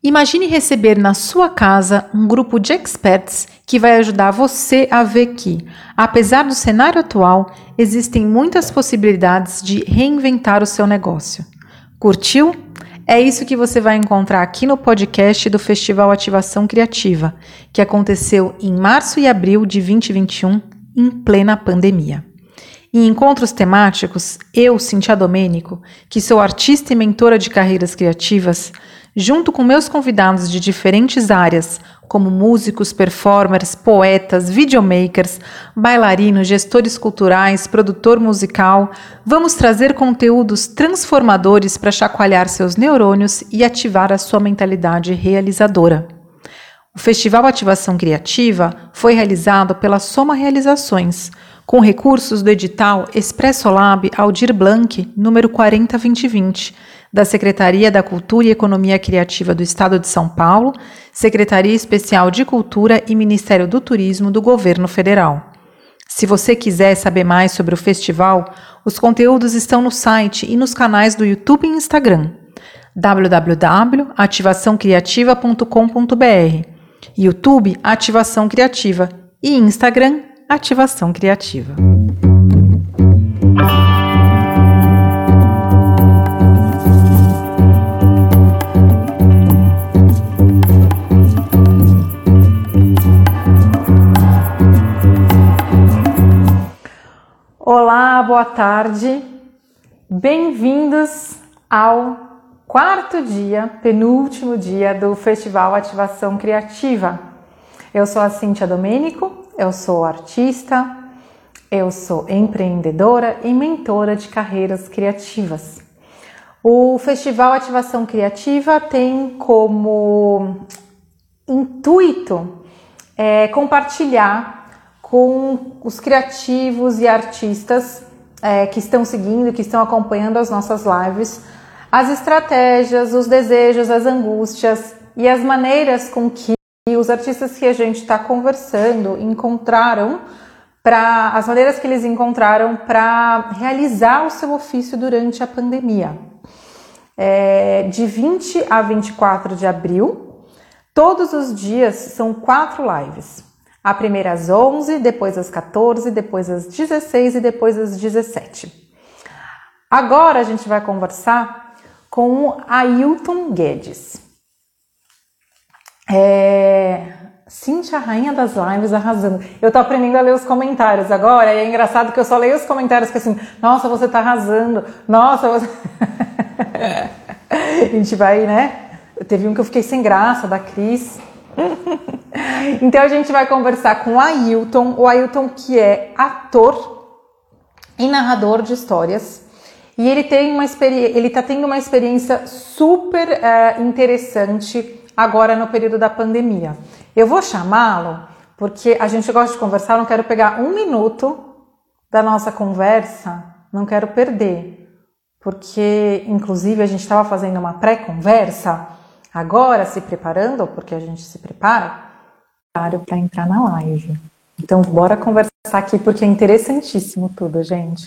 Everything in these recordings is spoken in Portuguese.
Imagine receber na sua casa um grupo de experts que vai ajudar você a ver que, apesar do cenário atual, existem muitas possibilidades de reinventar o seu negócio. Curtiu? É isso que você vai encontrar aqui no podcast do Festival Ativação Criativa, que aconteceu em março e abril de 2021, em plena pandemia. Em encontros temáticos, eu, Cíntia Domênico, que sou artista e mentora de carreiras criativas, junto com meus convidados de diferentes áreas, como músicos, performers, poetas, videomakers, bailarinos, gestores culturais, produtor musical, vamos trazer conteúdos transformadores para chacoalhar seus neurônios e ativar a sua mentalidade realizadora. O Festival Ativação Criativa foi realizado pela Soma Realizações, com recursos do edital Expresso Lab Aldir Blanc, número 40-2020, da Secretaria da Cultura e Economia Criativa do Estado de São Paulo, Secretaria Especial de Cultura e Ministério do Turismo do Governo Federal. Se você quiser saber mais sobre o festival, os conteúdos estão no site e nos canais do YouTube e Instagram, www.ativaçãocriativa.com.br, YouTube Ativação Criativa e Instagram Ativação Criativa. Olá, boa tarde. Bem-vindos ao quarto dia, penúltimo dia do Festival Ativação Criativa. Eu sou a Cíntia Domênico. Eu sou artista, eu sou empreendedora e mentora de carreiras criativas. O Festival Ativação Criativa tem como intuito compartilhar com os criativos e artistas que estão seguindo, que estão acompanhando as nossas lives, as estratégias, os desejos, as angústias e as maneiras com que os artistas que a gente está conversando as maneiras que eles encontraram para realizar o seu ofício durante a pandemia. De 20 a 24 de abril, todos os dias são 4 lives. A primeira às 11, depois às 14, depois às 16 e depois às 17. Agora a gente vai conversar com o Ailton Guedes. Cíntia, rainha das lives, arrasando. Eu tô aprendendo a ler os comentários agora, e é engraçado que eu só leio os comentários que assim, nossa, você tá arrasando, nossa, você... A gente vai, né? Teve um que eu fiquei sem graça, da Cris. Então a gente vai conversar com o Ailton que é ator e narrador de histórias. E ele tá tendo uma experiência super interessante agora no período da pandemia. Eu vou chamá-lo porque a gente gosta de conversar, não quero pegar um minuto da nossa conversa, não quero perder, porque inclusive a gente estava fazendo uma pré-conversa, agora se preparando, porque a gente se prepara para entrar na live. Então bora conversar aqui porque é interessantíssimo tudo, gente.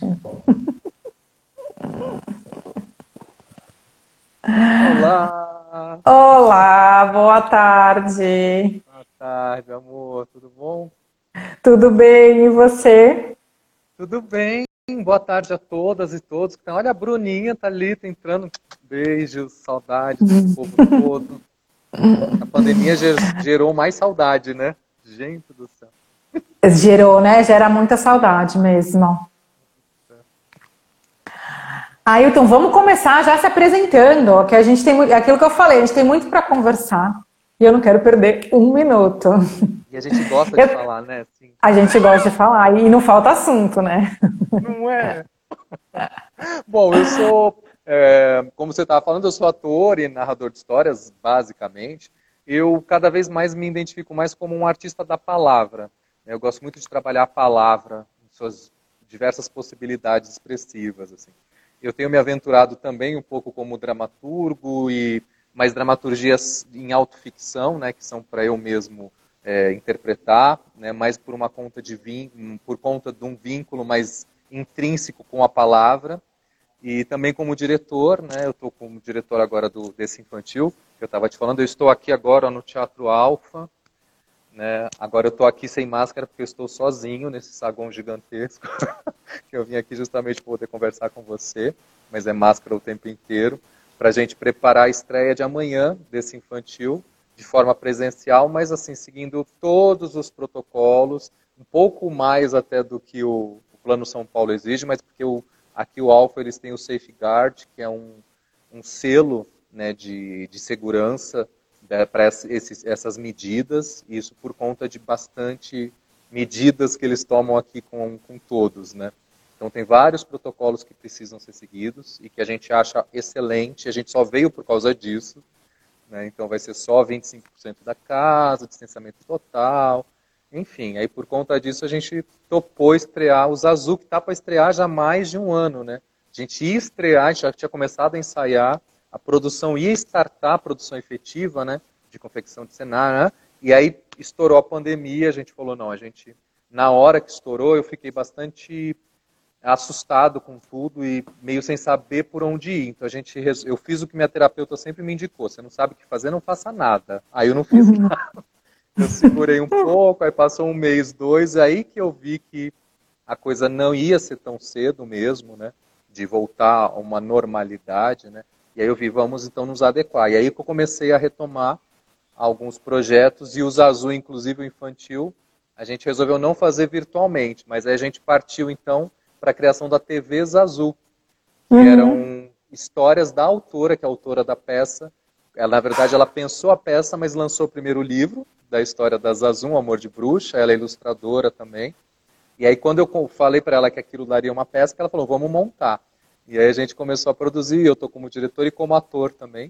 Olá! Olá, boa tarde. Boa tarde, amor. Tudo bom? Tudo bem, e você? Tudo bem. Boa tarde a todas e todos. Olha, a Bruninha tá ali, tá entrando. Beijos, saudade do povo todo. A pandemia gerou mais saudade, né? Gente do céu. Gerou, né? Gera muita saudade mesmo. Ailton, vamos começar já se apresentando, que a gente tem aquilo que eu falei, a gente tem muito para conversar e eu não quero perder um minuto. E a gente gosta de falar, né? Sim. A gente gosta de falar e não falta assunto, né? Não é? Bom, eu sou, como você estava falando, eu sou ator e narrador de histórias, basicamente. Eu cada vez mais me identifico mais como um artista da palavra. Eu gosto muito de trabalhar a palavra em suas diversas possibilidades expressivas, assim. Eu tenho me aventurado também um pouco como dramaturgo e mais dramaturgias em autoficção, né, que são para eu mesmo interpretar, né, mais por conta de um vínculo mais intrínseco com a palavra. e também como diretor, né? Eu estou como diretor agora desse infantil, que eu estava te falando. Eu estou aqui agora no Teatro Alfa, né? Agora eu estou aqui sem máscara porque eu estou sozinho nesse saguão gigantesco, que eu vim aqui justamente para poder conversar com você, mas é máscara o tempo inteiro, para a gente preparar a estreia de amanhã desse infantil, de forma presencial, mas assim, seguindo todos os protocolos, um pouco mais até do que o Plano São Paulo exige, mas porque aqui o Alfa eles têm o Safeguard, que é um selo, né, de segurança, né, para essas medidas, e isso por conta de bastante medidas que eles tomam aqui com todos, né? Então tem vários protocolos que precisam ser seguidos e que a gente acha excelente, a gente só veio por causa disso, né? Então vai ser só 25% da casa, distanciamento total, enfim, aí por conta disso a gente topou estrear o Zazu, que está para estrear já há mais de um ano, né? A gente ia estrear, a gente já tinha começado a ensaiar, a produção ia startar, a produção efetiva, né, de confecção de cenário, né? E aí estourou a pandemia, a gente falou, não, na hora que estourou, eu fiquei bastante assustado com tudo e meio sem saber por onde ir. Então eu fiz o que minha terapeuta sempre me indicou, você não sabe o que fazer, não faça nada. Aí eu não fiz nada. Eu segurei um pouco, aí passou um mês, 2, aí que eu vi que a coisa não ia ser tão cedo mesmo, né, de voltar a uma normalidade, né, e aí eu vi, vamos então nos adequar. E aí que eu comecei a retomar alguns projetos, e o Zazu, inclusive o infantil, a gente resolveu não fazer virtualmente, mas aí a gente partiu então para a criação da TV Zazu, que eram histórias da autora, que é a autora da peça. Ela, na verdade, ela pensou a peça, mas lançou primeiro o livro da história da Zazu, um Amor de Bruxa. Ela é ilustradora também. E aí, quando eu falei para ela que aquilo daria uma peça, ela falou, vamos montar. E aí a gente começou a produzir, eu estou como diretor e como ator também.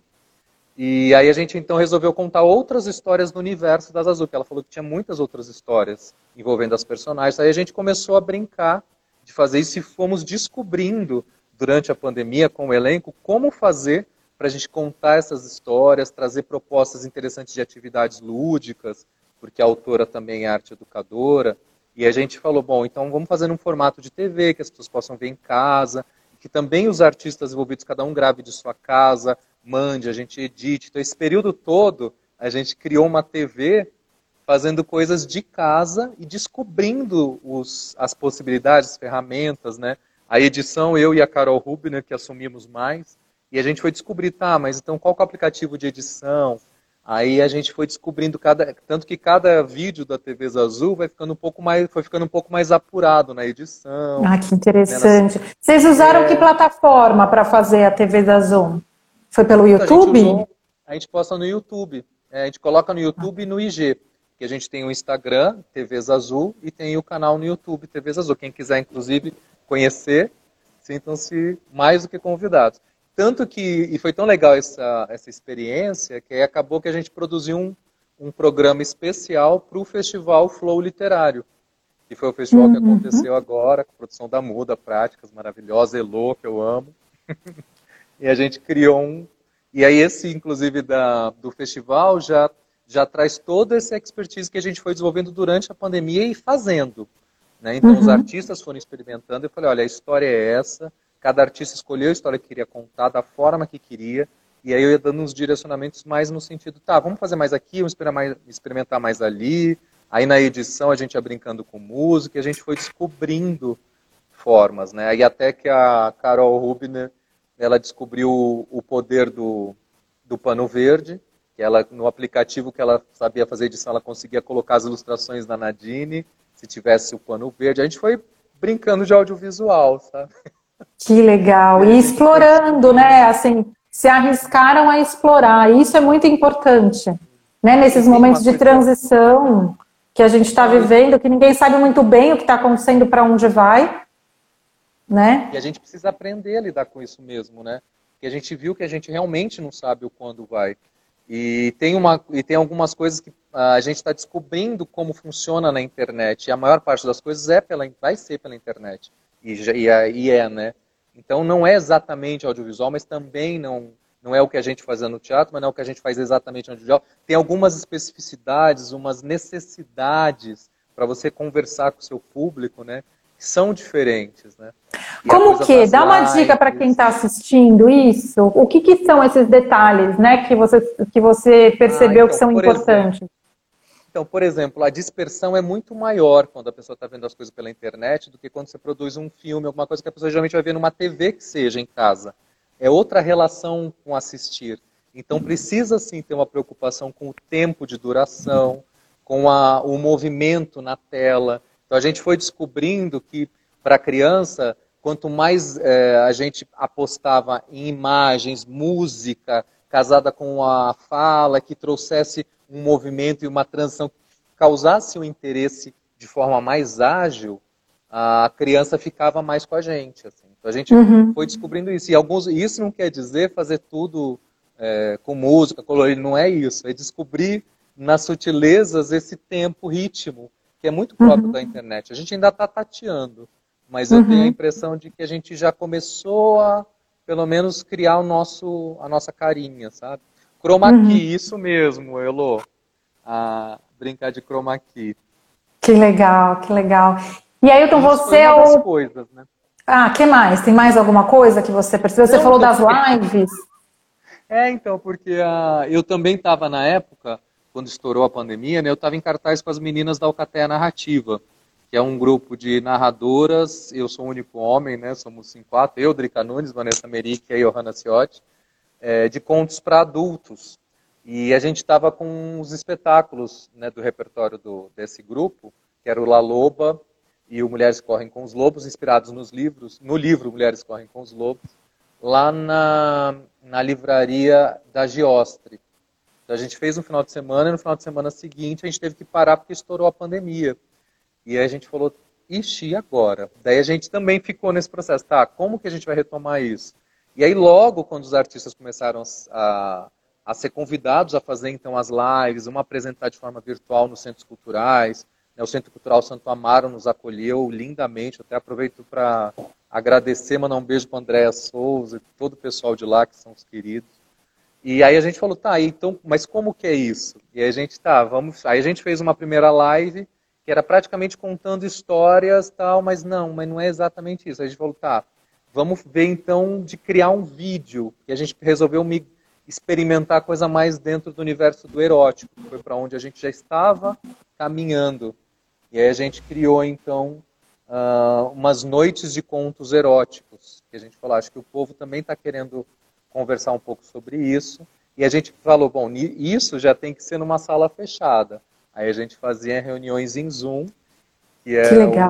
E aí a gente então resolveu contar outras histórias do universo da Zazu, que ela falou que tinha muitas outras histórias envolvendo as personagens. Aí a gente começou a brincar de fazer isso e fomos descobrindo durante a pandemia com o elenco como fazer para a gente contar essas histórias, trazer propostas interessantes de atividades lúdicas, porque a autora também é arte educadora. E a gente falou, bom, então vamos fazer num formato de TV, que as pessoas possam ver em casa, que também os artistas envolvidos, cada um grave de sua casa, mande, a gente edite. Então esse período todo, a gente criou uma TV fazendo coisas de casa e descobrindo as possibilidades, as ferramentas, né? A edição, eu e a Carol Rubner, que assumimos mais, e a gente foi descobrir, tá, mas então qual que é o aplicativo de edição? Aí a gente foi descobrindo tanto que cada vídeo da TV Zazu foi ficando um pouco mais apurado na edição. Ah, que interessante. Né, Vocês usaram que plataforma para fazer a TV Zazu? Foi pelo YouTube? A gente posta no YouTube. A gente coloca no YouTube e no IG. Que a gente tem o Instagram, TV Zazu, e tem o canal no YouTube, TV Zazu. Quem quiser, inclusive, conhecer, sintam-se mais do que convidados. Tanto que, e foi tão legal essa experiência, que aí acabou que a gente produziu um programa especial para o Festival Flow Literário, que foi o festival que aconteceu agora, com a produção da Muda, práticas maravilhosas, Elô, que eu amo. E a gente criou E aí esse, inclusive, do festival já traz toda essa expertise que a gente foi desenvolvendo durante a pandemia e fazendo. Né? Então os artistas foram experimentando e eu falei, olha, a história é essa, cada artista escolheu a história que queria contar, da forma que queria, e aí eu ia dando uns direcionamentos mais no sentido, tá, vamos fazer mais aqui, vamos experimentar mais ali, aí na edição a gente ia brincando com música, e a gente foi descobrindo formas, né? Aí até que a Carol Rubner, ela descobriu o poder do pano verde, que ela, no aplicativo que ela sabia fazer edição, ela conseguia colocar as ilustrações da Nadine, se tivesse o pano verde. A gente foi brincando de audiovisual, sabe? Que legal. E explorando, né? Assim, se arriscaram a explorar. Isso é muito importante, né? Nesses momentos de transição que a gente está vivendo, que ninguém sabe muito bem o que está acontecendo, para onde vai, né? E a gente precisa aprender a lidar com isso mesmo, né? Porque a gente viu que a gente realmente não sabe o quando vai. E tem algumas coisas que a gente está descobrindo como funciona na internet. E a maior parte das coisas vai ser pela internet. Né? Então não é exatamente audiovisual, mas também não é o que a gente fazia no teatro, mas não é o que a gente faz exatamente no audiovisual. Tem algumas especificidades, umas necessidades para você conversar com o seu público, né? são diferentes, né? E como que? Dá uma dica para quem está assistindo isso. O que são esses detalhes, né, que você percebeu então, que são importantes? Então, por exemplo, a dispersão é muito maior quando a pessoa está vendo as coisas pela internet do que quando você produz um filme, alguma coisa que a pessoa geralmente vai ver numa TV que seja em casa. É outra relação com assistir. Então, precisa sim ter uma preocupação com o tempo de duração, com o movimento na tela. Então, a gente foi descobrindo que, para a criança, quanto mais a gente apostava em imagens, música, casada com a fala, que trouxesse um movimento e uma transição que causasse um interesse de forma mais ágil, a criança ficava mais com a gente. Assim. Então a gente foi descobrindo isso. E isso não quer dizer fazer tudo com música, colorido, não é isso. É descobrir nas sutilezas esse tempo, ritmo, que é muito próprio da internet. A gente ainda está tateando, mas eu tenho a impressão de que a gente já começou a, pelo menos, criar a nossa carinha, sabe? Chroma key, isso mesmo, Elô. Brincar de chroma key. Que legal, que legal. E aí, então, você é o... coisas, né? Que mais? Tem mais alguma coisa que você percebeu? Você falou das lives. Então, porque eu também estava na época, quando estourou a pandemia, né, eu estava em cartaz com as meninas da Alcateia Narrativa, que é um grupo de narradoras, eu sou o único homem, né, somos em 4, eu, Drica Nunes, Vanessa Meric e a Johanna Ciotti, de contos para adultos. E a gente estava com os espetáculos, né, do repertório desse grupo, que era o La Loba e o Mulheres Correm com os Lobos, inspirados no livro Mulheres Correm com os Lobos, lá na livraria da Giostre. Então, a gente fez um final de semana, e no final de semana seguinte a gente teve que parar porque estourou a pandemia. E aí a gente falou, ixi, e agora? Daí a gente também ficou nesse processo, como que a gente vai retomar isso? E aí logo, quando os artistas começaram a ser convidados a fazer então as lives, uma apresentar de forma virtual nos centros culturais, né, o Centro Cultural Santo Amaro nos acolheu lindamente, até aproveito para agradecer, mandar um beijo para a Andréa Souza e todo o pessoal de lá, que são os queridos. E aí a gente falou, então, mas como que é isso? E aí a gente, aí a gente fez uma primeira live, que era praticamente contando histórias, mas não é exatamente isso. Aí a gente falou, vamos ver então de criar um vídeo, e a gente resolveu experimentar coisa mais dentro do universo do erótico, que foi para onde a gente já estava caminhando. E aí a gente criou então umas noites de contos eróticos, que a gente falou, acho que o povo também está querendo conversar um pouco sobre isso, e a gente falou, bom, isso já tem que ser numa sala fechada. Aí a gente fazia reuniões em Zoom, que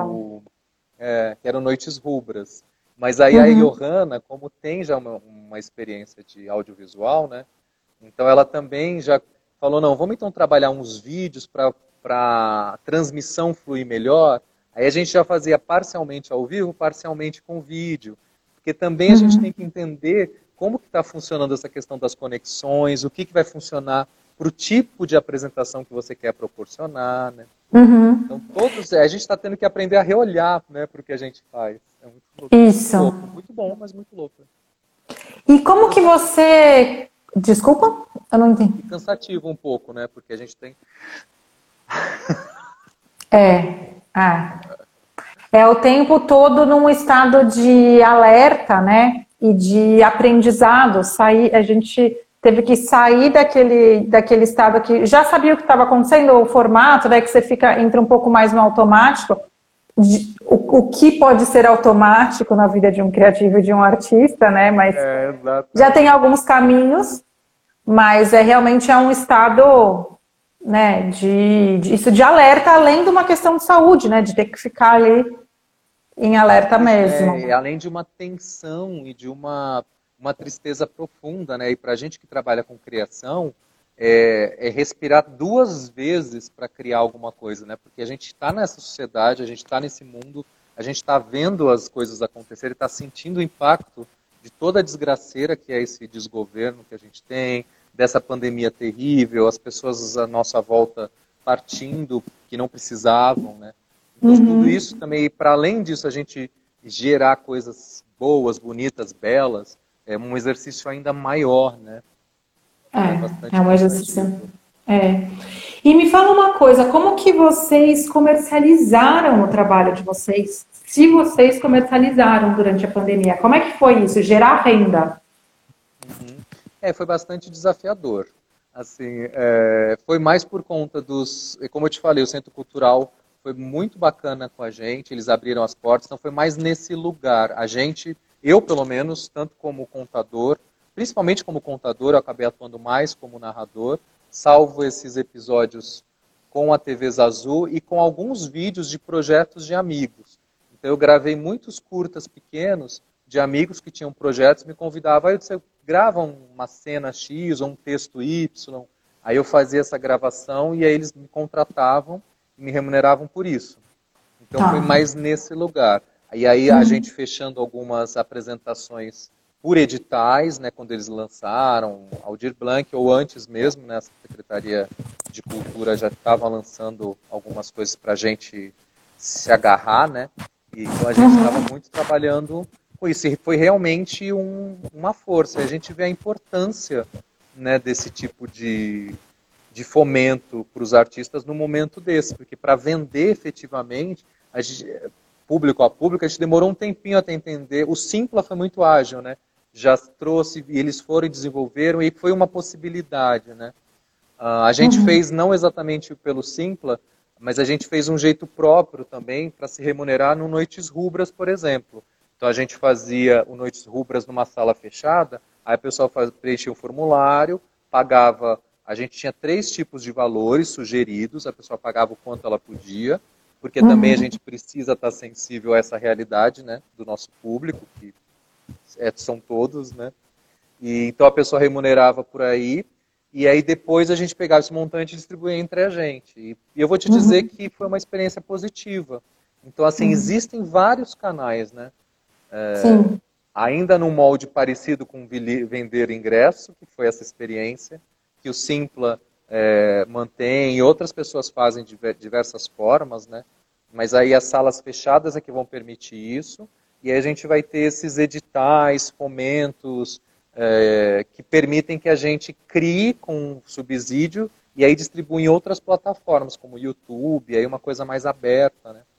eram noites rubras. Mas aí a Johanna, como tem já uma experiência de audiovisual, né? Então ela também já falou, não, vamos então trabalhar uns vídeos para a transmissão fluir melhor. Aí a gente já fazia parcialmente ao vivo, parcialmente com vídeo. Porque também a gente tem que entender como que está funcionando essa questão das conexões, o que vai funcionar para o tipo de apresentação que você quer proporcionar, né? Então, a gente está tendo que aprender a reolhar, né, para o que a gente faz. É muito louco. Isso. Muito louco. Muito bom, mas muito louco. E como que você... Desculpa? Eu não entendi. E cansativo um pouco, né, porque a gente tem... É o tempo todo num estado de alerta, né, e de aprendizado. A gente teve que sair daquele estado que já sabia o que estava acontecendo, o formato, né, que você entra um pouco mais no automático. O que pode ser automático na vida de um criativo e de um artista, né, mas já tem alguns caminhos, mas realmente é um estado, né, de alerta, além de uma questão de saúde, né, de ter que ficar ali em alerta mesmo. Além de uma tensão e de uma tristeza profunda, né? E para a gente que trabalha com criação, é respirar 2 vezes para criar alguma coisa, né? Porque a gente está nessa sociedade, a gente está nesse mundo, a gente está vendo as coisas acontecerem, está sentindo o impacto de toda a desgraceira que é esse desgoverno que a gente tem, dessa pandemia terrível, as pessoas à nossa volta partindo que não precisavam, né? Então, tudo isso também, para além disso, a gente gerar coisas boas, bonitas, belas, é um exercício ainda maior, né? É um exercício. E me fala uma coisa, como que vocês comercializaram o trabalho de vocês? se vocês comercializaram durante a pandemia. Como é que foi isso? Gerar renda? Foi bastante desafiador. Assim, foi mais por conta como eu te falei, o Centro Cultural foi muito bacana com a gente, eles abriram as portas, então foi mais nesse lugar. Eu pelo menos, tanto como contador, principalmente como contador, eu acabei atuando mais como narrador, salvo esses episódios com a TV Zazu e com alguns vídeos de projetos de amigos. Então eu gravei muitos curtas pequenos de amigos que tinham projetos, me convidavam, aí você grava uma cena X ou um texto Y, aí eu fazia essa gravação e aí eles me contratavam e me remuneravam por isso. Então foi mais nesse lugar. E aí a gente fechando algumas apresentações por editais, né, quando eles lançaram, Aldir Blanc, ou antes mesmo, né, a Secretaria de Cultura já estava lançando algumas coisas para a gente se agarrar, né, e então a gente estava muito trabalhando com isso, e foi realmente uma força. A gente vê a importância, né, desse tipo de fomento para os artistas no momento desse, porque para vender efetivamente, público a público, a gente demorou um tempinho até entender. O Simpla foi muito ágil, né? Já trouxe, e eles foram e desenvolveram, e foi uma possibilidade, né? A gente fez, não exatamente pelo Simpla, mas a gente fez um jeito próprio também para se remunerar no Noites Rubras, por exemplo. Então a gente fazia o Noites Rubras numa sala fechada, aí a pessoa preenchia um formulário, pagava, a gente tinha 3 tipos de valores sugeridos, a pessoa pagava o quanto ela podia, porque também a gente precisa estar sensível a essa realidade, né, do nosso público, que são todos, né? E então a pessoa remunerava por aí, e aí depois a gente pegava esse montante e distribuía entre a gente. E eu vou te dizer que foi uma experiência positiva. Então, assim, existem vários canais, né? Ainda num molde parecido com vender ingresso, que foi essa experiência, que o Simpla mantém, e outras pessoas fazem de diversas formas, né? Mas aí as salas fechadas é que vão permitir isso, e aí a gente vai ter esses editais, fomentos, que permitem que a gente crie com subsídio e aí distribui em outras plataformas, como YouTube, aí uma coisa mais aberta, né?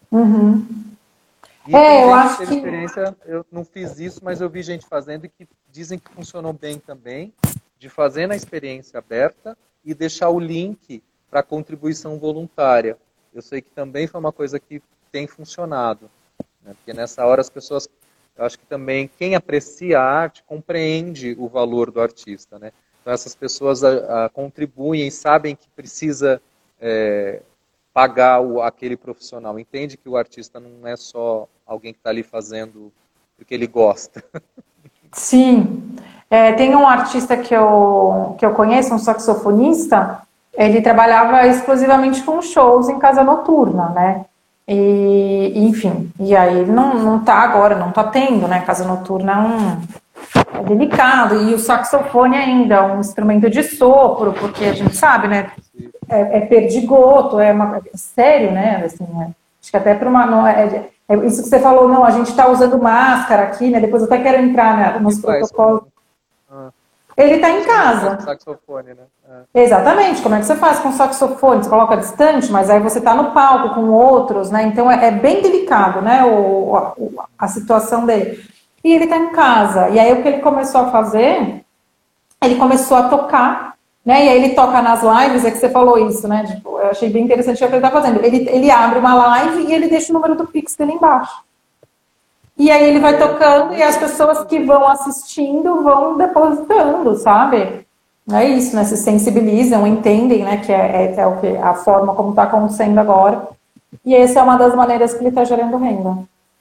E eu acho que... experiência, eu não fiz isso, mas eu vi gente fazendo e que dizem que funcionou bem também, de fazer na experiência aberta e deixar o link para contribuição voluntária. Eu sei que também foi uma coisa que tem funcionado, né? Porque nessa hora as pessoas, eu acho que também quem aprecia a arte compreende o valor do artista, né? Então essas pessoas contribuem, sabem que precisa pagar aquele profissional, entende que o artista não é só alguém que está ali fazendo porque ele gosta. Sim. Tem um artista que eu conheço, um saxofonista, ele trabalhava exclusivamente com shows em casa noturna, né? E, enfim, e aí ele não tá agora, não tá tendo, né? Casa noturna é delicado, e o saxofone ainda é um instrumento de sopro, porque a gente sabe, né? É perdigoto, sério, né? Assim, acho que até para uma... isso que você falou, não, a gente está usando máscara aqui, né? Depois eu até quero entrar, né, nos protocolos. Ele está em casa. Saxofone, né? Exatamente. Como é que você faz com o saxofone? Você coloca distante, mas aí você está no palco com outros, né? Então é bem delicado, né? A situação dele. E ele está em casa. E aí o que ele começou a fazer? Ele começou a tocar, né? E aí ele toca nas lives, é que você falou isso, né? Tipo, eu achei bem interessante o que ele está fazendo. Ele abre uma live e ele deixa o número do Pix dele embaixo. E aí ele vai tocando e as pessoas que vão assistindo vão depositando, sabe? É isso, né? Se sensibilizam, entendem, né? Que é o que a forma como está acontecendo agora. E essa é uma das maneiras que ele está gerando renda.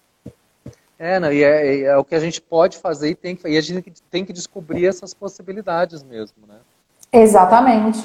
É o que a gente pode fazer e a gente tem que descobrir essas possibilidades mesmo, né? Exatamente.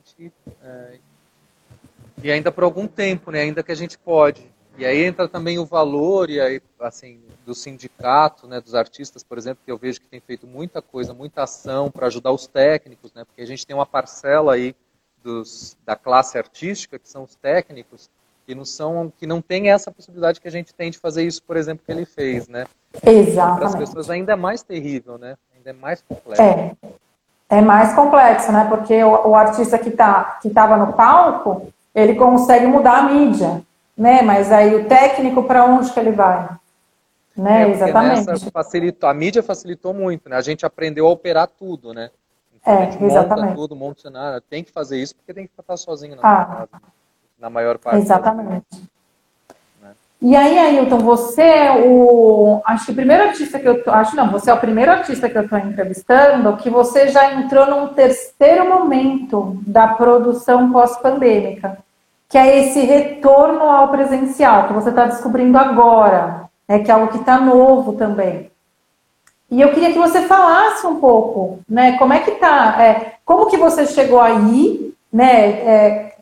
E ainda por algum tempo, né? Ainda que a gente pode. E aí entra também o valor, e aí, assim, do sindicato, né, dos artistas, por exemplo, que eu vejo que tem feito muita coisa, muita ação para ajudar os técnicos, né? Porque a gente tem uma parcela aí da classe artística, que são os técnicos, que não tem essa possibilidade que a gente tem de fazer isso, por exemplo, que ele fez, né? Exatamente. Para as pessoas ainda é mais terrível, né? Ainda é mais complexo. É mais complexo, né? Porque o artista que estava no palco, ele consegue mudar a mídia. né? Mas aí o técnico, para onde que ele vai? Né? Exatamente. A mídia facilitou muito, né? A gente aprendeu a operar tudo, né? Então a gente monta tudo, monta o cenário. Tem que fazer isso porque tem que estar sozinho na casa, na maior parte exatamente. das vezes, né? E aí, Ailton, você é acho que o primeiro artista que eu tô, acho não, você é o primeiro artista que eu estou entrevistando que você já entrou num terceiro momento da produção pós-pandêmica, que é esse retorno ao presencial, que você está descobrindo agora, que é algo que está novo também. E eu queria que você falasse um pouco, né, como é que tá, como que você chegou aí, né,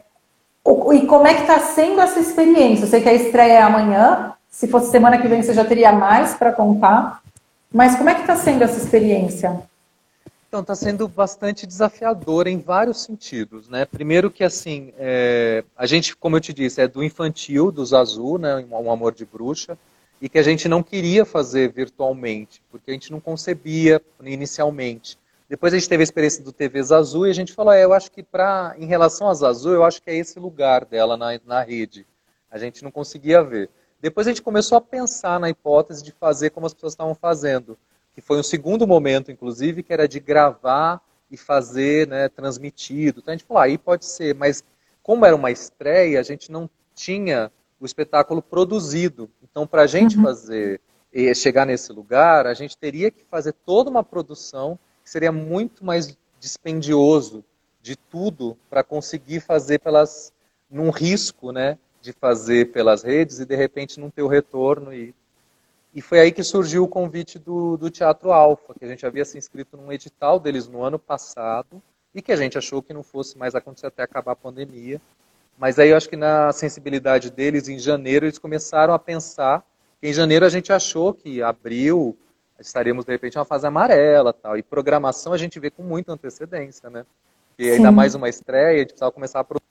e como é que está sendo essa experiência? Eu sei que a estreia é amanhã, se fosse semana que vem você já teria mais para contar, mas como é que está sendo essa experiência? Então, está sendo bastante desafiador em vários sentidos, né? Primeiro que, assim, a gente, como eu te disse, é do infantil, do Zazu, né, Um Amor de Bruxa, e que a gente não queria fazer virtualmente, porque a gente não concebia inicialmente. Depois a gente teve a experiência do TV Zazu e a gente falou, eu acho que em relação a Zazu, eu acho que é esse lugar dela na rede. A gente não conseguia ver. Depois a gente começou a pensar na hipótese de fazer como as pessoas estavam fazendo, que foi um segundo momento, inclusive, que era de gravar e fazer, né, transmitido. Então a gente falou, aí pode ser, mas como era uma estreia, a gente não tinha o espetáculo produzido. Então, para a gente fazer e chegar nesse lugar, a gente teria que fazer toda uma produção que seria muito mais dispendioso de tudo para conseguir fazer num risco, né, de fazer pelas redes e de repente não ter o retorno. E foi aí que surgiu o convite do Teatro Alfa, que a gente havia se inscrito num edital deles no ano passado e que a gente achou que não fosse mais acontecer até acabar a pandemia. Mas aí eu acho que na sensibilidade deles, em janeiro, eles começaram a pensar que em janeiro a gente achou que abril estaríamos, de repente, em uma fase amarela tal. E programação a gente vê com muita antecedência, né? Porque ainda mais uma estreia, a gente precisava começar a produzir.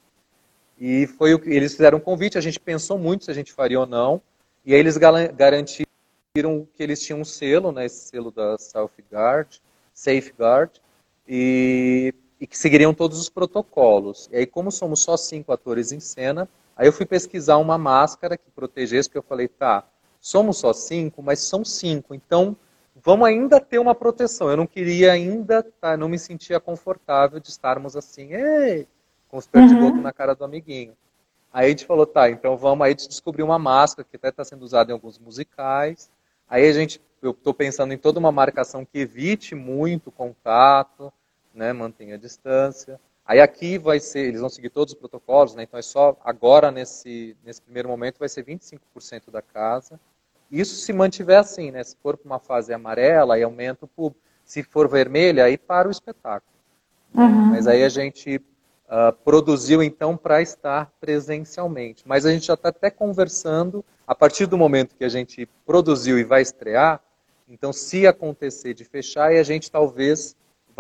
E foi o que eles fizeram um convite, a gente pensou muito se a gente faria ou não. E aí eles garantiram que eles tinham um selo, né? Esse selo da Safeguard, e que seguiriam todos os protocolos. E aí, como somos só 5 atores em cena, aí eu fui pesquisar uma máscara que protegesse, porque eu falei, tá, somos só 5, mas são 5, então vamos ainda ter uma proteção. Eu não queria ainda, não me sentia confortável de estarmos assim, com os perdigotos na cara do amiguinho. Aí a gente falou, tá, então vamos, aí a gente descobriu uma máscara que até está sendo usada em alguns musicais. Aí eu estou pensando em toda uma marcação que evite muito contato, né, mantenha a distância. Aí aqui eles vão seguir todos os protocolos, né, então é só agora, nesse primeiro momento, vai ser 25% da casa. Isso se mantiver assim, né, se for para uma fase amarela, aí aumenta o público. Se for vermelha, aí para o espetáculo. Mas aí a gente produziu, então, para estar presencialmente. Mas a gente já está até conversando, a partir do momento que a gente produziu e vai estrear, então, se acontecer de fechar, a gente talvez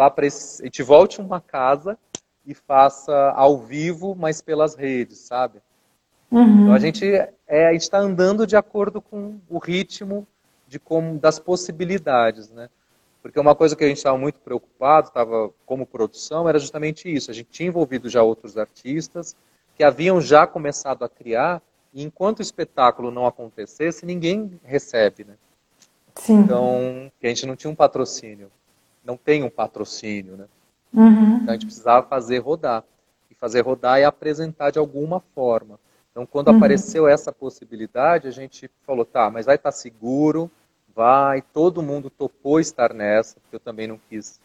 a gente volte uma casa e faça ao vivo, mas pelas redes, sabe? Então a gente está andando de acordo com o ritmo das possibilidades, né? Porque uma coisa que a gente estava muito preocupado, como produção, era justamente isso. A gente tinha envolvido já outros artistas que haviam já começado a criar, e enquanto o espetáculo não acontecesse, ninguém recebe, né? Sim. Então, a gente não tinha um patrocínio. Não tem um patrocínio, né? Então a gente precisava fazer rodar. E fazer rodar e apresentar de alguma forma. Então quando apareceu essa possibilidade, a gente falou, tá, mas vai estar seguro, todo mundo topou estar nessa, porque eu também não quis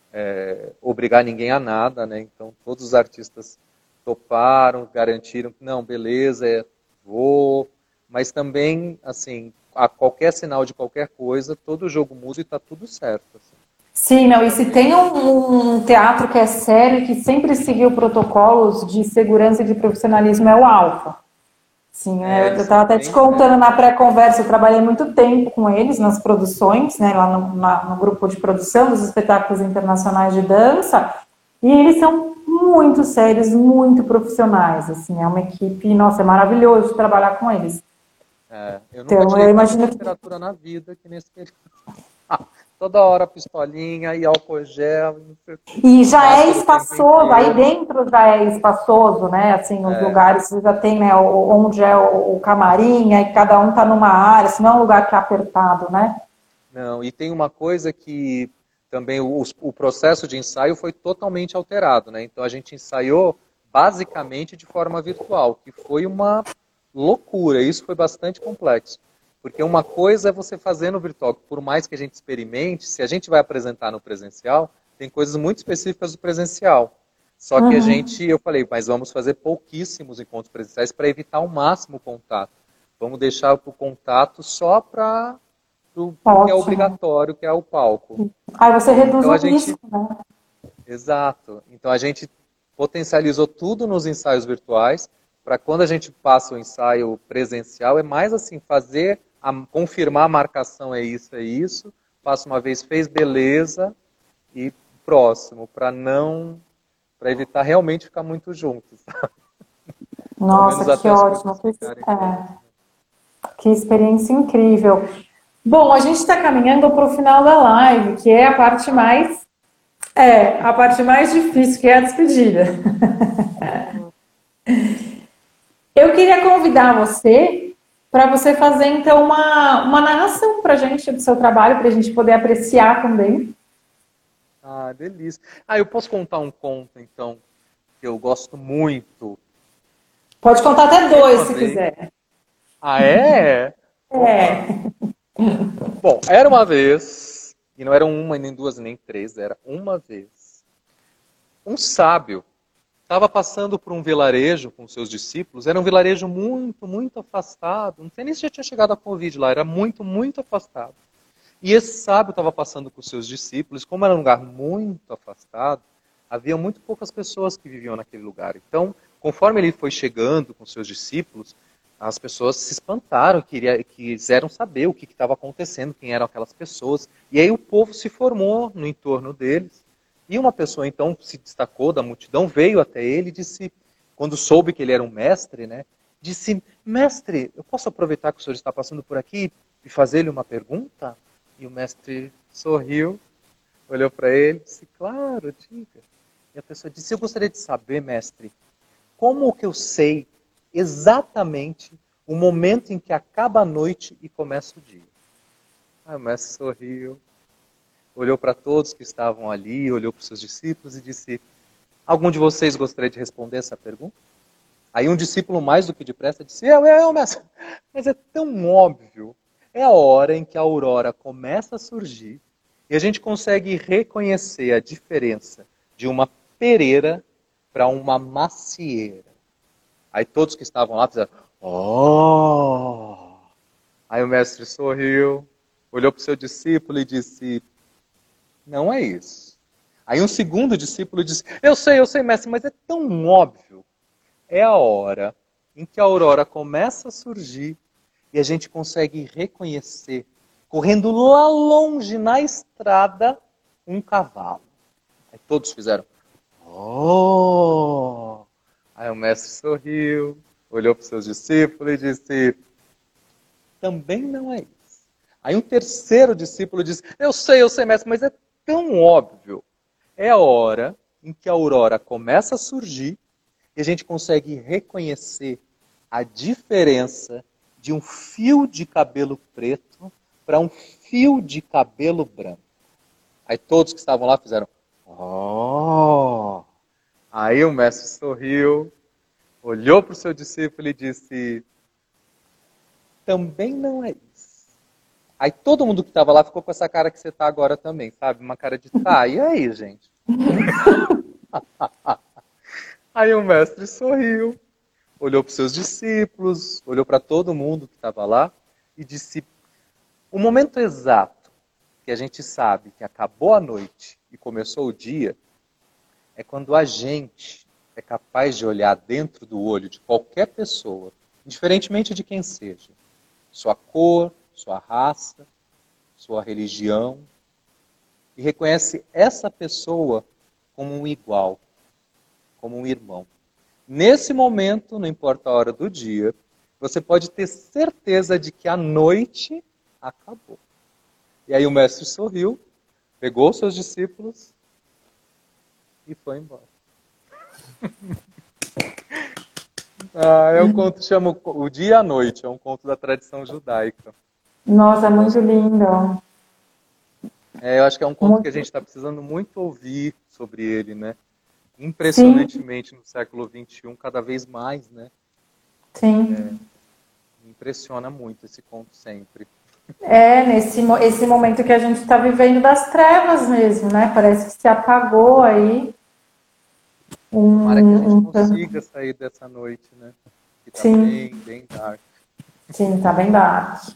obrigar ninguém a nada, né? Então todos os artistas toparam, garantiram que não, beleza, vou. Mas também, assim, a qualquer sinal de qualquer coisa, todo jogo muda e está tudo certo, assim. Sim, não, e se tem um teatro que é sério e que sempre seguiu protocolos de segurança e de profissionalismo é o Alfa. Sim, eu estava até te contando na pré-conversa, eu trabalhei muito tempo com eles nas produções, né, lá no grupo de produção dos espetáculos internacionais de dança, e eles são muito sérios, muito profissionais, assim, é uma equipe, nossa, é maravilhoso de trabalhar com eles. Eu nunca tive literatura na vida que nesse período. toda hora pistolinha e álcool gel. Não sei o quê. E já é espaçoso, aí dentro já é espaçoso, né? Assim, os lugares já tem, né, onde é o camarim, aí cada um tá numa área, senão é um lugar que é apertado, né? Não, e tem uma coisa que também o processo de ensaio foi totalmente alterado, né? Então a gente ensaiou basicamente de forma virtual, que foi uma loucura, isso foi bastante complexo. Porque uma coisa é você fazer no virtual, que por mais que a gente experimente, se a gente vai apresentar no presencial, tem coisas muito específicas do presencial. Só que eu falei, mas vamos fazer pouquíssimos encontros presenciais para evitar ao máximo o contato. Vamos deixar o contato só para o que é obrigatório, que é o palco. Aí você reduz o risco, né? Exato. Então a gente potencializou tudo nos ensaios virtuais, para quando a gente passa o ensaio presencial, é mais assim, confirmar a marcação é isso, passa uma vez, fez, beleza, e próximo, para evitar realmente ficar muito juntos. Nossa, que ótimo. Que experiência incrível. Bom, a gente está caminhando para o final da live, que é a parte mais difícil, que é a despedida. Eu queria convidar você para você fazer, então, uma narração para a gente do seu trabalho, para a gente poder apreciar também. Ah, delícia. Eu posso contar um conto, então, que eu gosto muito. Pode contar até 2, se quiser. Ah, é? É. Bom, era uma vez, e não eram uma, nem duas, nem três, era uma vez. Um sábio estava passando por um vilarejo com seus discípulos. Era um vilarejo muito, muito afastado. Não sei nem se já tinha chegado a Covid lá, era muito, muito afastado. E esse sábio estava passando com seus discípulos. Como era um lugar muito afastado, havia muito poucas pessoas que viviam naquele lugar. Então, conforme ele foi chegando com seus discípulos, as pessoas se espantaram, quiseram saber o que estava acontecendo, quem eram aquelas pessoas. E aí o povo se formou no entorno deles. E uma pessoa, então, se destacou da multidão, veio até ele e disse, quando soube que ele era um mestre, né, disse, mestre, eu posso aproveitar que o senhor está passando por aqui e fazer-lhe uma pergunta? E o mestre sorriu, olhou para ele e disse, claro, diga. E a pessoa disse, eu gostaria de saber, mestre, como que eu sei exatamente o momento em que acaba a noite e começa o dia? Aí o mestre sorriu, olhou para todos que estavam ali, olhou para os seus discípulos e disse, algum de vocês gostaria de responder essa pergunta? Aí um discípulo mais do que depressa disse, eu, mestre, mas é tão óbvio. É a hora em que a aurora começa a surgir e a gente consegue reconhecer a diferença de uma pereira para uma macieira. Aí todos que estavam lá fizeram, oh! Aí o mestre sorriu, olhou para o seu discípulo e disse, não é isso. Aí um segundo discípulo disse, eu sei, mestre, mas é tão óbvio. É a hora em que a aurora começa a surgir e a gente consegue reconhecer, correndo lá longe na estrada, um cavalo. Aí todos fizeram, oh! Aí o mestre sorriu, olhou para os seus discípulos e disse, também não é isso. Aí um terceiro discípulo disse, eu sei, mestre, mas é tão óbvio. É a hora em que a aurora começa a surgir e a gente consegue reconhecer a diferença de um fio de cabelo preto para um fio de cabelo branco. Aí todos que estavam lá fizeram, oh! Aí o mestre sorriu, olhou para o seu discípulo e disse, também não é isso. Aí todo mundo que estava lá ficou com essa cara que você está agora também, sabe? Uma cara de, e aí, gente? Aí o mestre sorriu, olhou para os seus discípulos, olhou para todo mundo que estava lá e disse, o momento exato que a gente sabe que acabou a noite e começou o dia é quando a gente é capaz de olhar dentro do olho de qualquer pessoa, indiferentemente de quem seja, sua cor, sua raça, sua religião, e reconhece essa pessoa como um igual, como um irmão. Nesse momento, não importa a hora do dia, você pode ter certeza de que a noite acabou. E aí o mestre sorriu, pegou seus discípulos e foi embora. É um conto que chama O Dia e a Noite, é um conto da tradição judaica. Nossa, muito lindo. Eu acho que é um conto que a gente está precisando muito ouvir sobre ele, né? Impressionantemente no século XXI, cada vez mais, né? Sim. Me impressiona muito esse conto sempre. Esse momento que a gente está vivendo das trevas mesmo, né? Parece que se apagou aí. Tomara que a gente consiga sair dessa noite, né? Que tá bem dark. Sim, tá bem dark.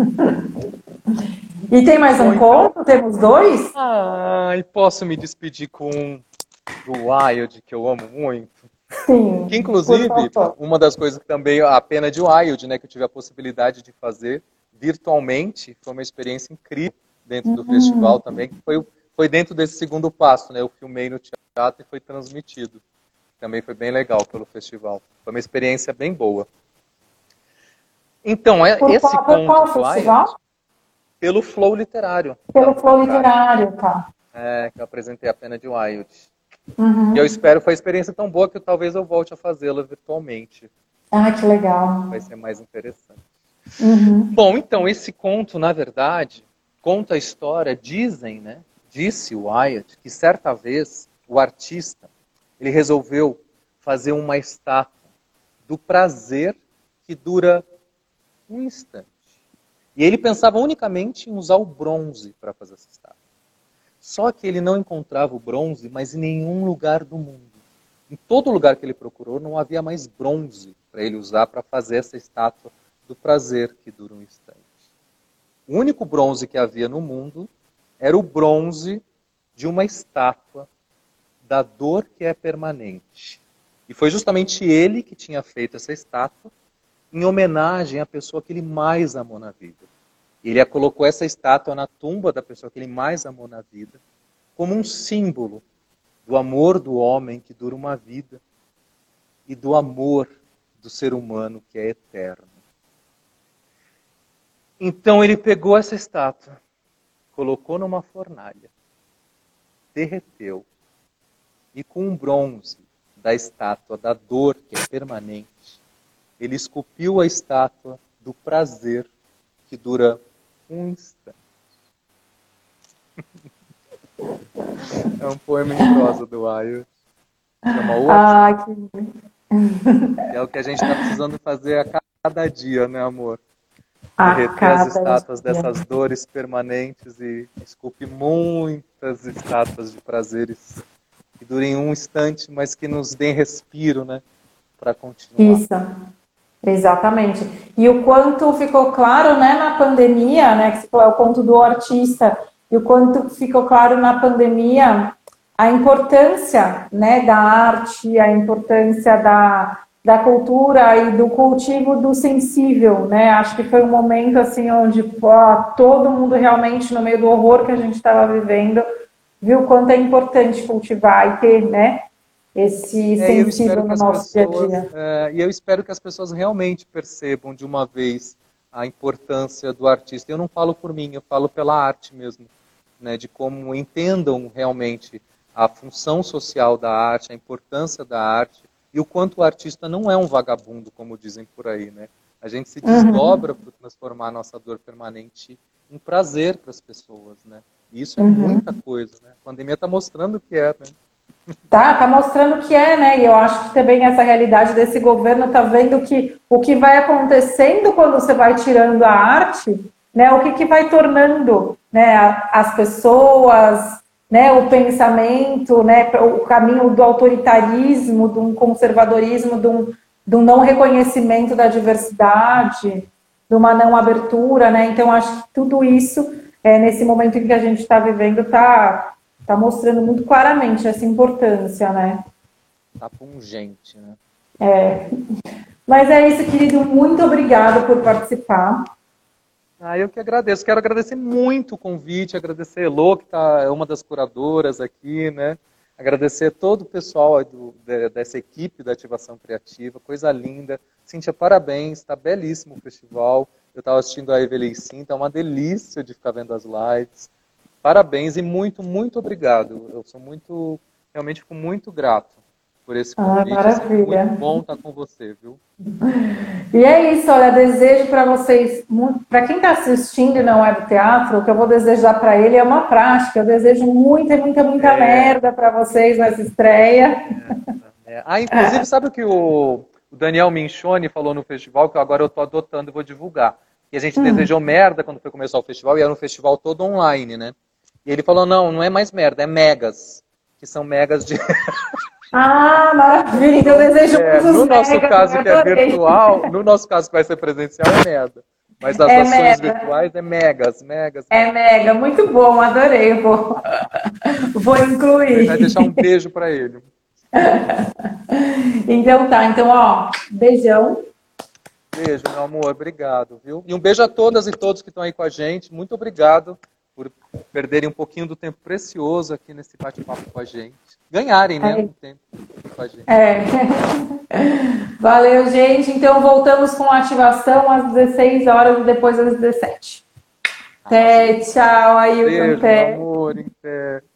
E tem mais um conto? Temos 2? E posso me despedir com do Wild, que eu amo muito? Sim. Que, inclusive, uma das coisas que também, a pena de Wild, né, que eu tive a possibilidade de fazer virtualmente, foi uma experiência incrível dentro do festival também, que foi dentro desse segundo passo, né? Eu filmei no teatro e foi transmitido. Também foi bem legal pelo festival. Foi uma experiência bem boa. Então, esse conto qual festival? Pelo Flow Literário. Pelo Flow Literário, tá. Que eu apresentei a pena de Wild. E eu espero, foi uma experiência tão boa que talvez eu volte a fazê-la virtualmente. Que legal. Vai ser mais interessante. Bom, então, esse conto, na verdade, conta a história, disse o Wild, que certa vez o artista, ele resolveu fazer uma estátua do prazer que dura um instante. E ele pensava unicamente em usar o bronze para fazer essa estátua. Só que ele não encontrava o bronze, mas em nenhum lugar do mundo. Em todo lugar que ele procurou, não havia mais bronze para ele usar para fazer essa estátua do prazer que dura um instante. O único bronze que havia no mundo era o bronze de uma estátua da dor que é permanente. E foi justamente ele que tinha feito essa estátua em homenagem à pessoa que ele mais amou na vida. Ele colocou essa estátua na tumba da pessoa que ele mais amou na vida, como um símbolo do amor do homem que dura uma vida e do amor do ser humano que é eterno. Então ele pegou essa estátua, colocou numa fornalha, derreteu, e com um bronze da estátua da dor que é permanente, ele esculpiu a estátua do prazer que dura um instante. É um poema em prosa do Wild. Chama O que é o que a gente está precisando fazer a cada dia, né, amor? Derreter as estátuas dessas dores permanentes e esculpir muitas estátuas de prazeres que durem um instante, mas que nos deem respiro, né, para continuar. Isso, exatamente. E o quanto ficou claro, né, na pandemia, né, que é o conto do artista, e o quanto ficou claro na pandemia a importância, né, da arte, a importância da cultura e do cultivo do sensível, né? Acho que foi um momento assim onde todo mundo realmente, no meio do horror que a gente estava vivendo, viu o quanto é importante cultivar e ter, né, esse sensível no nosso dia a dia. E eu espero que as pessoas realmente percebam de uma vez a importância do artista. Eu não falo por mim, eu falo pela arte mesmo, né, de como entendam realmente a função social da arte, a importância da arte, e o quanto o artista não é um vagabundo, como dizem por aí, né? A gente se desdobra para transformar a nossa dor permanente em prazer para as pessoas, né? E isso é muita coisa, né? A pandemia está mostrando que é, né? Tá mostrando que é, né? E eu acho que também essa realidade desse governo está vendo que o que vai acontecendo quando você vai tirando a arte, né? O que vai tornando, né, as pessoas, né, o pensamento, né, o caminho do autoritarismo, de um conservadorismo, de um não reconhecimento da diversidade, de uma não abertura, né? Então acho que tudo isso, nesse momento em que a gente está vivendo, está mostrando muito claramente essa importância, né? Tá pungente, né? Mas é isso, querido. Muito obrigado por participar. Eu que agradeço. Quero agradecer muito o convite, agradecer a Elô, que é uma das curadoras aqui, né? Agradecer todo o pessoal dessa equipe da Ativação Criativa, coisa linda. Cíntia, parabéns, está belíssimo o festival. Eu estava assistindo a Evelyn Sim, tá uma delícia de ficar vendo as lives. Parabéns e muito, muito obrigado. Eu sou muito, realmente fico muito grato por esse convite. É muito bom estar com você, viu? E é isso, olha, desejo para vocês, para quem está assistindo e não é do teatro, o que eu vou desejar para ele é uma prática. Eu desejo muita, muita, muita merda para vocês nessa estreia. Inclusive, sabe o que o Daniel Minchoni falou no festival, que agora eu estou adotando e vou divulgar. E a gente desejou merda quando foi começar o festival, e era um festival todo online, né? E ele falou, não é mais merda, é megas. Que são megas de... Ah, maravilha! Então eu desejo muitos no nosso megas, caso, que é virtual, no nosso caso, que vai ser presencial, é merda. Mas as ações mega. Virtuais é megas. É mega, muito bom, adorei. Vou incluir. Vai deixar um beijo para ele. Então tá, ó, beijão. Beijo, meu amor, obrigado, viu? E um beijo a todas e todos que estão aí com a gente. Muito obrigado por perderem um pouquinho do tempo precioso aqui nesse bate-papo com a gente. Ganharem, né, um tempo com a gente. Valeu, gente. Então voltamos com a ativação às 16 horas e depois às 17. Até, tchau, Ailton. Beijo, meu amor, em pé.